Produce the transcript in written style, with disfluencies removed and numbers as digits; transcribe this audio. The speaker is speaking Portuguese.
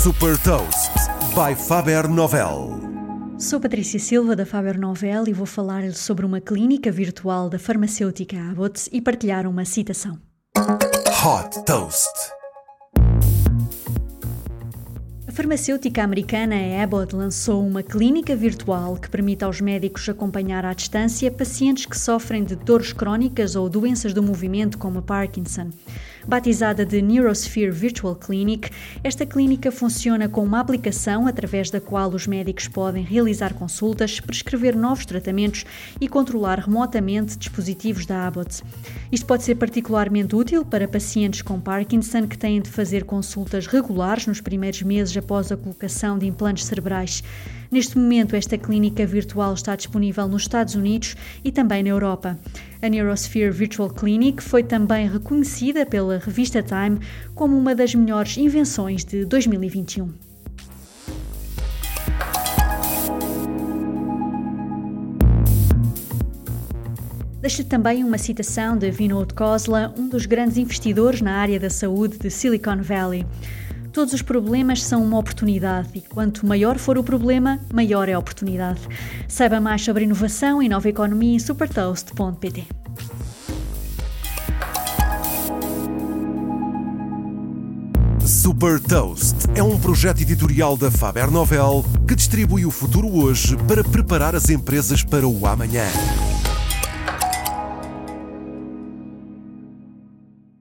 Super Toast by Faber Novel. Sou Patrícia Silva da Faber Novel e vou falar-lhe sobre uma clínica virtual da farmacêutica Abbott e partilhar uma citação. Hot Toast. A farmacêutica americana Abbott lançou uma clínica virtual que permite aos médicos acompanhar à distância pacientes que sofrem de dores crónicas ou doenças do movimento como a Parkinson. Batizada de Neurosphere Virtual Clinic, esta clínica funciona com uma aplicação através da qual os médicos podem realizar consultas, prescrever novos tratamentos e controlar remotamente dispositivos da Abbott. Isto pode ser particularmente útil para pacientes com Parkinson que têm de fazer consultas regulares nos primeiros meses após a colocação de implantes cerebrais. Neste momento, esta clínica virtual está disponível nos Estados Unidos e também na Europa. A Neurosphere Virtual Clinic foi também reconhecida pela revista Time como uma das melhores invenções de 2021. Deixo também uma citação de Vinod Khosla, um dos grandes investidores na área da saúde de Silicon Valley. Todos os problemas são uma oportunidade e quanto maior for o problema, maior é a oportunidade. Saiba mais sobre inovação e nova economia em supertoast.pt. Super Toast é um projeto editorial da Faber Novel que distribui o futuro hoje para preparar as empresas para o amanhã.